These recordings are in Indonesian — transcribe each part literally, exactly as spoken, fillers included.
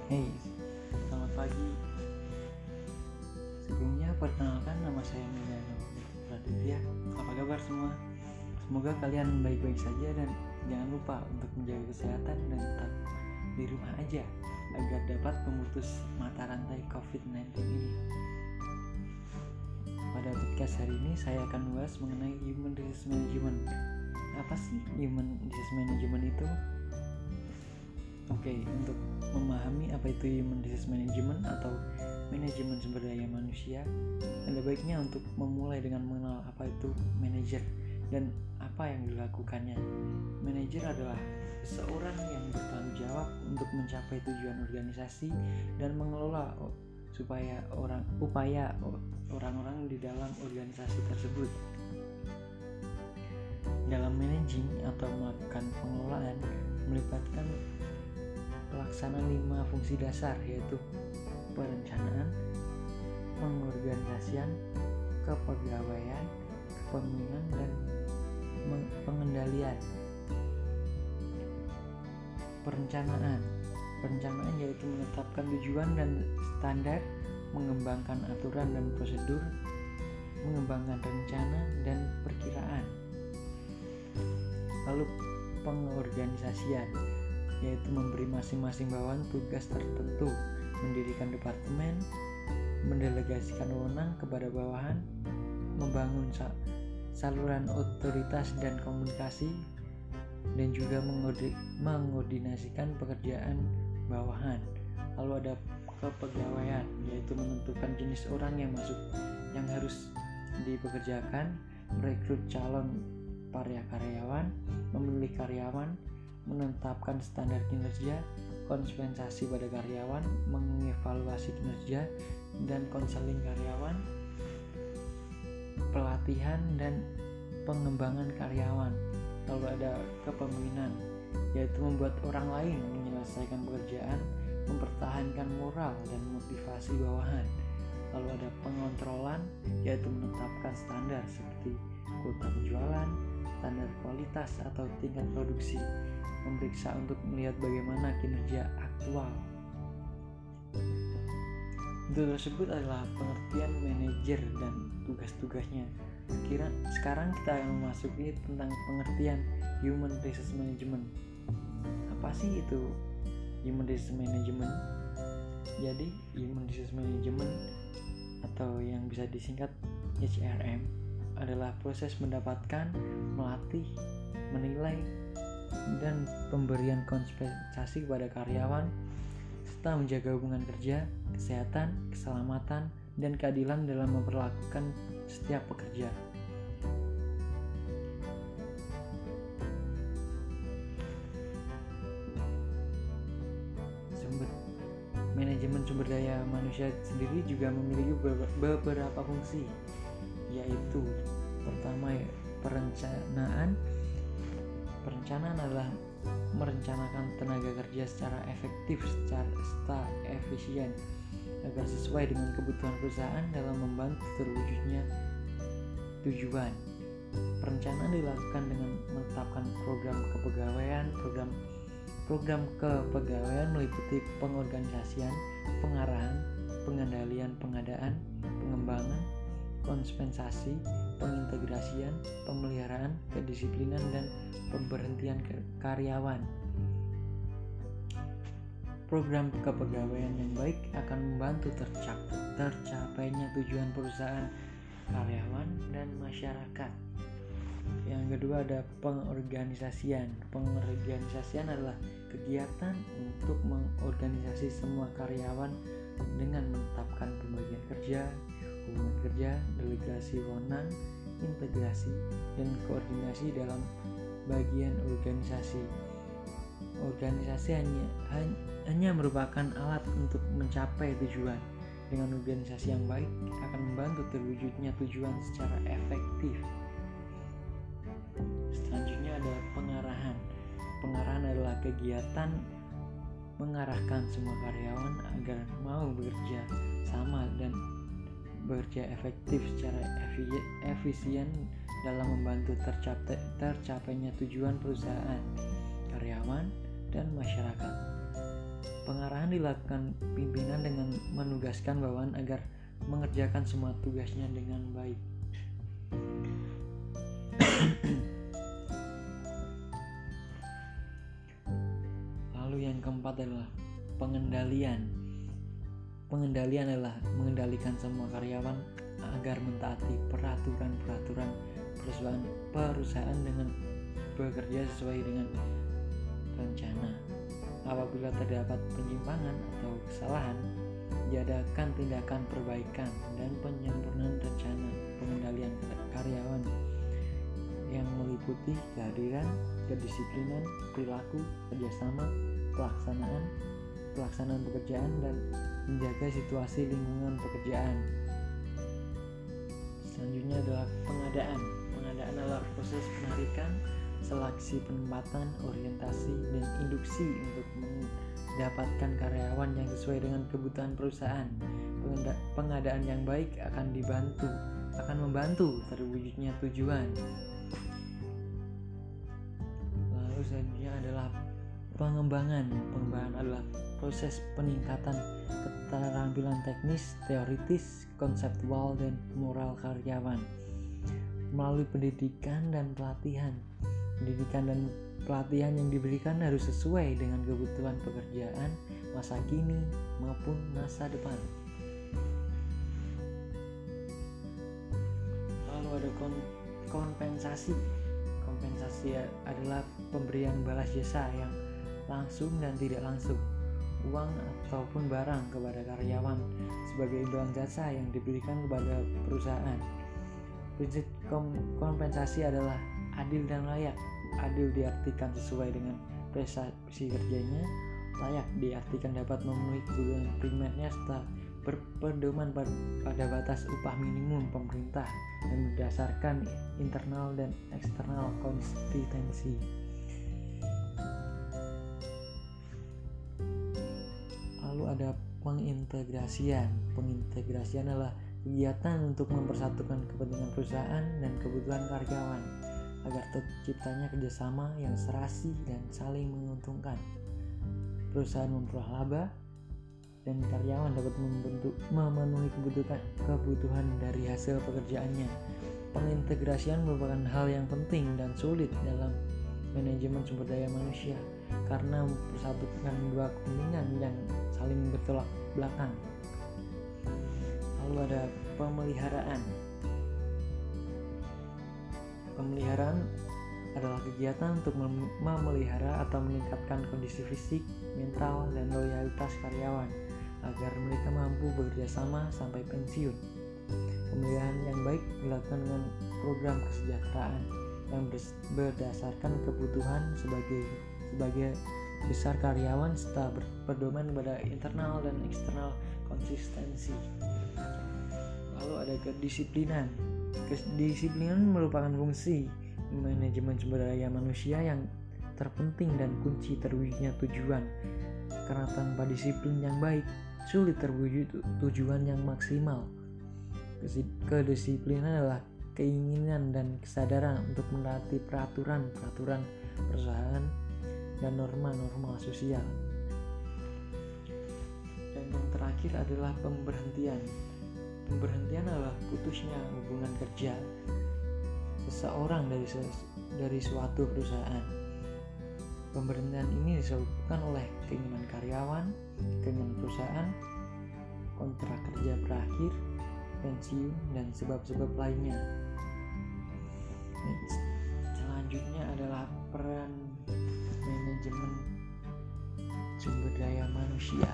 Hey, selamat pagi. Sebelumnya perkenalkan, nama saya Miliano Raditya. Apa kabar semua? Semoga kalian baik-baik saja dan jangan lupa untuk menjaga kesehatan dan tetap di rumah aja agar dapat memutus mata rantai covid sembilan belas ini. Pada podcast hari ini saya akan membahas mengenai Human Resource Management. Apa sih Human Resource Management itu? Oke, okay, untuk memahami apa itu Human Resource Management atau manajemen sumber daya manusia, ada baiknya untuk memulai dengan mengenal apa itu manajer dan apa yang dilakukannya. Manajer adalah seorang yang bertanggung jawab untuk mencapai tujuan organisasi dan mengelola supaya orang upaya orang-orang di dalam organisasi tersebut. Dalam managing atau melakukan pengelolaan melibatkan pelaksanaan lima fungsi dasar, yaitu perencanaan, pengorganisasian, kepegawaian, kepemimpinan, dan pengendalian. Perencanaan Perencanaan yaitu menetapkan tujuan dan standar, mengembangkan aturan dan prosedur, mengembangkan rencana dan perkiraan. Lalu pengorganisasian yaitu memberi masing-masing bawahan tugas tertentu, mendirikan departemen, mendelegasikan wewenang kepada bawahan, membangun saluran otoritas dan komunikasi, dan juga mengordinasikan pekerjaan bawahan. Lalu ada kepegawaian, yaitu menentukan jenis orang yang masuk yang harus dipekerjakan, merekrut calon para karyawan, memilih karyawan, menetapkan standar kinerja, kompensasi pada karyawan, mengevaluasi kinerja dan konseling karyawan, pelatihan dan pengembangan karyawan. Lalu ada kepemimpinan, yaitu membuat orang lain menyelesaikan pekerjaan, mempertahankan moral dan motivasi bawahan. Lalu ada pengontrolan, yaitu menetapkan standar seperti kuota penjualan, standar kualitas atau tingkat produksi, memeriksa untuk melihat bagaimana kinerja aktual. Itu tersebut adalah pengertian manajer dan tugas-tugasnya. Sekira, sekarang kita akan memasuki tentang pengertian Human Resource Management. Apa sih itu Human Resource Management? Jadi Human Resource Management atau yang bisa disingkat H R M adalah proses mendapatkan, melatih, menilai, dan pemberian kompensasi kepada karyawan serta menjaga hubungan kerja, kesehatan, keselamatan, dan keadilan dalam memperlakukan setiap pekerja. Sumber Manajemen sumber daya manusia sendiri juga memiliki beberapa fungsi, yaitu pertama perencanaan. Perencanaan adalah merencanakan tenaga kerja secara efektif, secara efisien agar sesuai dengan kebutuhan perusahaan dalam membantu terwujudnya tujuan. Perencanaan dilakukan dengan menetapkan program kepegawaian. Program program kepegawaian meliputi pengorganisasian, pengarahan, pengendalian pengadaan, pengembangan, kompensasi, pengintegrasian, pemeliharaan, kedisiplinan, dan pemberhentian karyawan. Program kepegawaian yang baik akan membantu tercapai, tercapainya tujuan perusahaan, karyawan, dan masyarakat. Yang kedua ada pengorganisasian. Pengorganisasian adalah kegiatan untuk mengorganisasi semua karyawan dengan menetapkan pembagian kerja, hubungan kerja, delegasi wewenang, integrasi, dan koordinasi dalam bagian organisasi. Organisasi hanya, hanya merupakan alat untuk mencapai tujuan. Dengan organisasi yang baik akan membantu terwujudnya tujuan secara efektif. Selanjutnya ada pengarahan. Pengarahan adalah kegiatan mengarahkan semua karyawan agar mau bekerja sama dan bekerja efektif secara efisien dalam membantu tercapai, tercapainya tujuan perusahaan, karyawan, dan masyarakat. Pengarahan dilakukan pimpinan dengan menugaskan bawahan agar mengerjakan semua tugasnya dengan baik. Lalu yang keempat adalah pengendalian. Pengendalian adalah mengendalikan semua karyawan agar mentaati peraturan-peraturan perusahaan, perusahaan dengan bekerja sesuai dengan rencana. Apabila terdapat penyimpangan atau kesalahan, diadakan tindakan perbaikan dan penyempurnaan rencana pengendalian karyawan yang meliputi kehadiran, kedisiplinan, perilaku, kerjasama, pelaksanaan, pelaksanaan pekerjaan, dan menjaga situasi lingkungan pekerjaan. Selanjutnya adalah pengadaan. Pengadaan adalah proses penarikan, seleksi penempatan, orientasi, dan induksi untuk mendapatkan karyawan yang sesuai dengan kebutuhan perusahaan. Pengadaan yang baik akan dibantu, akan membantu terwujudnya tujuan. Lalu selanjutnya adalah pengembangan. Pengembangan adalah proses peningkatan keterampilan teknis, teoritis, konseptual, dan moral karyawan melalui pendidikan dan pelatihan. Pendidikan dan pelatihan yang diberikan harus sesuai dengan kebutuhan pekerjaan masa kini maupun masa depan. Lalu ada kompensasi. Kompensasi adalah pemberian balas jasa yang langsung dan tidak langsung, uang ataupun barang kepada karyawan sebagai imbalan jasa yang diberikan kepada perusahaan. Prinsip kompensasi adalah adil dan layak. Adil diartikan sesuai dengan prestasi kerjanya, layak diartikan dapat memenuhi kebutuhan primernya serta berpedoman pada batas upah minimum pemerintah dan berdasarkan internal dan eksternal konsistensi. Lalu ada pengintegrasian. Pengintegrasian adalah kegiatan untuk mempersatukan kepentingan perusahaan dan kebutuhan karyawan agar terciptanya kerjasama yang serasi dan saling menguntungkan. Perusahaan memperoleh laba dan karyawan dapat membentuk, memenuhi kebutuhan, kebutuhan dari hasil pekerjaannya. Pengintegrasian merupakan hal yang penting dan sulit dalam manajemen sumber daya manusia karena mempersatukan dua kepentingan yang saling bertolak belakang. Lalu ada pemeliharaan. Pemeliharaan adalah kegiatan untuk memelihara atau meningkatkan kondisi fisik, mental, dan loyalitas karyawan agar mereka mampu bekerja sama sampai pensiun. Pemeliharaan yang baik dilakukan dengan program kesejahteraan yang berdasarkan kebutuhan sebagai sebagai besar karyawan serta berpedoman pada internal dan eksternal konsistensi. Lalu ada kedisiplinan. Kedisiplinan merupakan fungsi manajemen sumber daya manusia yang terpenting dan kunci terwujudnya tujuan. Karena tanpa disiplin yang baik, sulit terwujud tujuan yang maksimal. Kedisiplinan adalah keinginan dan kesadaran untuk menaati peraturan-peraturan perusahaan dan norma-norma sosial. Dan yang terakhir adalah pemberhentian. Pemberhentian adalah putusnya hubungan kerja seseorang dari ses- dari suatu perusahaan. Pemberhentian ini disebabkan oleh keinginan karyawan, keinginan perusahaan, kontrak kerja berakhir, pensiun, dan sebab-sebab lainnya. Selanjutnya adalah peran manajemen sumber daya manusia.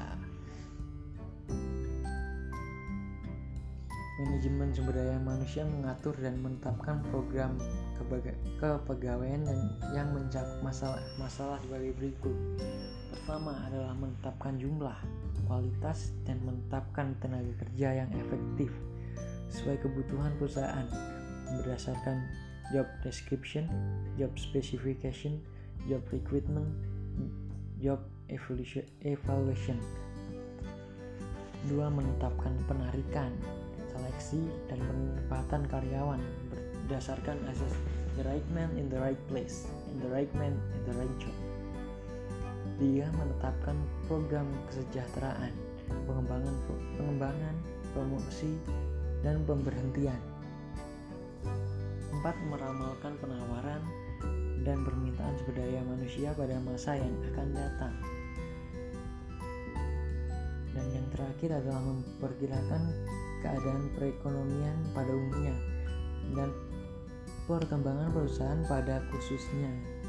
Manajemen sumber daya manusia mengatur dan menetapkan program kepegawaian dan yang mencakup masalah-masalah sebagai berikut. Pertama adalah menetapkan jumlah, kualitas, dan menetapkan tenaga kerja yang efektif sesuai kebutuhan perusahaan berdasarkan job description, job specification, job recruitment, job evaluation. Dua, menetapkan penarikan, seleksi, dan penempatan karyawan berdasarkan asas the right man in the right place and the right man in the right job. Ketiga, menetapkan program kesejahteraan, pengembangan pengembangan, promosi, dan pemberhentian. Empat, meramalkan penawaran dan permintaan sumber daya manusia pada masa yang akan datang. Dan yang terakhir adalah memperkirakan keadaan perekonomian pada umumnya dan perkembangan perusahaan pada khususnya.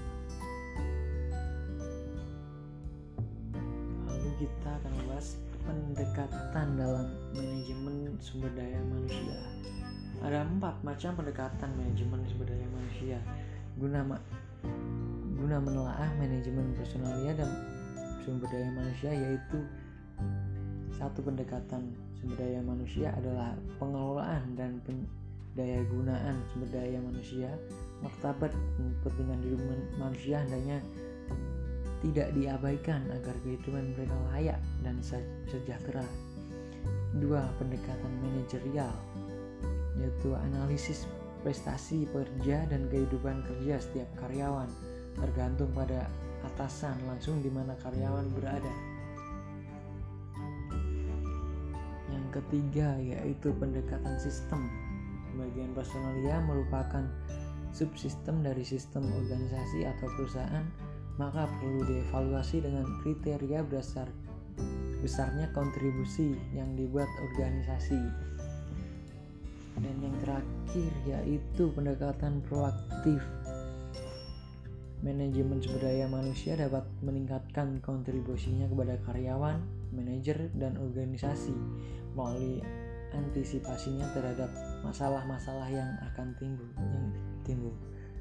Lalu kita akan membahas pendekatan dalam manajemen sumber daya manusia. Ada empat macam pendekatan manajemen sumber daya manusia guna ma- guna menelaah manajemen personalia dan sumber daya manusia, yaitu satu, pendekatan sumber daya manusia adalah pengelolaan dan pendayagunaan sumber daya manusia. Martabat kepentingan hidup manusia hendaknya tidak diabaikan agar kehidupan mereka layak dan sejahtera. Dua, pendekatan manajerial, yaitu analisis prestasi pekerja dan kehidupan kerja setiap karyawan tergantung pada atasan langsung di mana karyawan berada. Yang ketiga yaitu pendekatan sistem. Bagian personalia merupakan subsistem dari sistem organisasi atau perusahaan, maka perlu dievaluasi dengan kriteria berdasar besarnya kontribusi yang dibuat organisasi. Dan yang terakhir yaitu pendekatan proaktif. Manajemen sumber daya manusia dapat meningkatkan kontribusinya kepada karyawan, manajer, dan organisasi melalui antisipasinya terhadap masalah-masalah yang akan timbul yang timbul.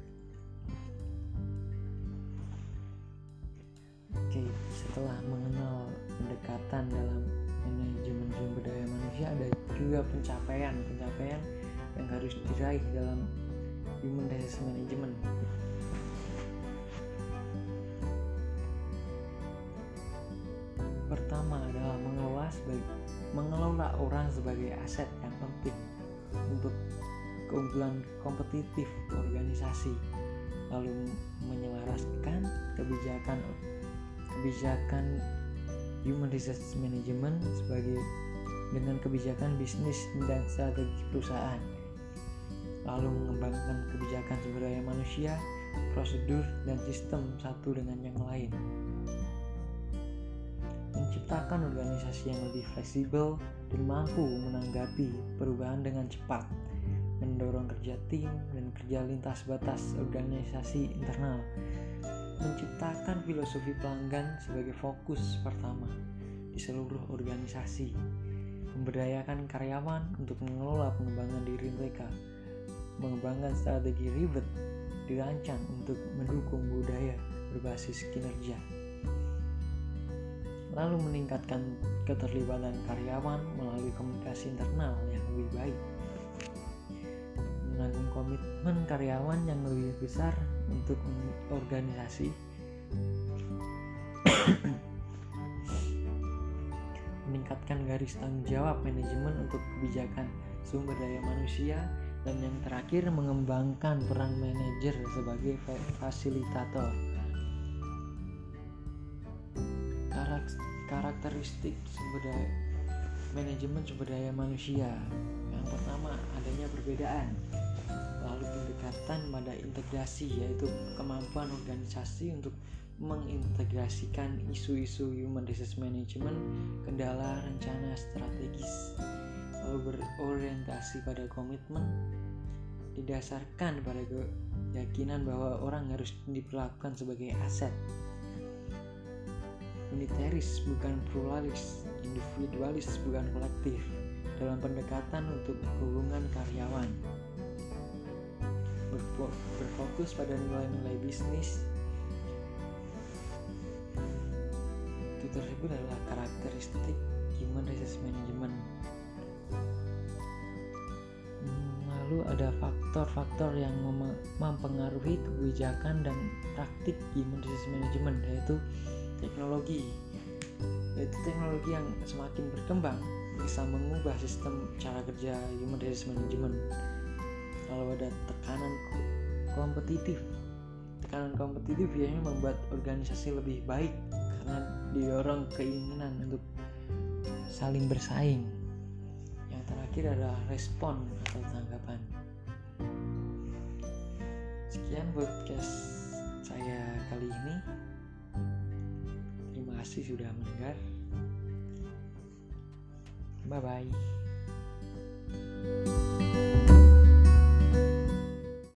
Oke, setelah mengenal pendekatan dalam manajemen sumber daya manusia, ada juga pencapaian pencapaian yang harus diraih dalam human resource management. Pertama adalah mengelola sebagai mengelola orang sebagai aset yang penting untuk keunggulan kompetitif organisasi, lalu menyelaraskan kebijakan kebijakan human resource management sebagai dengan kebijakan bisnis dan strategi perusahaan, lalu mengembangkan kebijakan sumber daya manusia, prosedur, dan sistem satu dengan yang lain, menciptakan organisasi yang lebih fleksibel dan mampu menanggapi perubahan dengan cepat, mendorong kerja tim dan kerja lintas batas organisasi internal, menciptakan filosofi pelanggan sebagai fokus pertama di seluruh organisasi, memberdayakan karyawan untuk mengelola pengembangan diri mereka, mengembangkan strategi ribet dirancang untuk mendukung budaya berbasis kinerja, lalu meningkatkan keterlibatan karyawan melalui komunikasi internal yang lebih baik, menanggung komitmen karyawan yang lebih besar untuk organisasi, meningkatkan garis tanggung jawab manajemen untuk kebijakan sumber daya manusia, dan yang terakhir mengembangkan peran manajer sebagai fasilitator. Karakteristik sumber daya manajemen sumber daya manusia. Yang pertama, adanya perbedaan. Lalu pendekatan pada integrasi, yaitu kemampuan organisasi untuk mengintegrasikan isu-isu human resource management, kendala rencana strategis. Lalu berorientasi pada komitmen, didasarkan pada keyakinan bahwa orang harus diperlakukan sebagai aset. Unitaris bukan pluralis, individualis bukan kolektif dalam pendekatan untuk hubungan karyawan. Berfokus pada nilai-nilai bisnis. Itu tersebut adalah karakteristik human resource management. Lalu ada faktor-faktor yang mem- mempengaruhi kebijakan dan praktik human resource management, yaitu teknologi. Yaitu teknologi yang semakin berkembang bisa mengubah sistem cara kerja human resource management. Lalu ada tekanan kompetitif. Tekanan kompetitif biasanya membuat organisasi lebih baik karena didorong keinginan untuk saling bersaing. Yang terakhir adalah respon atau tanggapan. Sekian podcast saya kali ini. Terima kasih sudah mendengar. Bye bye.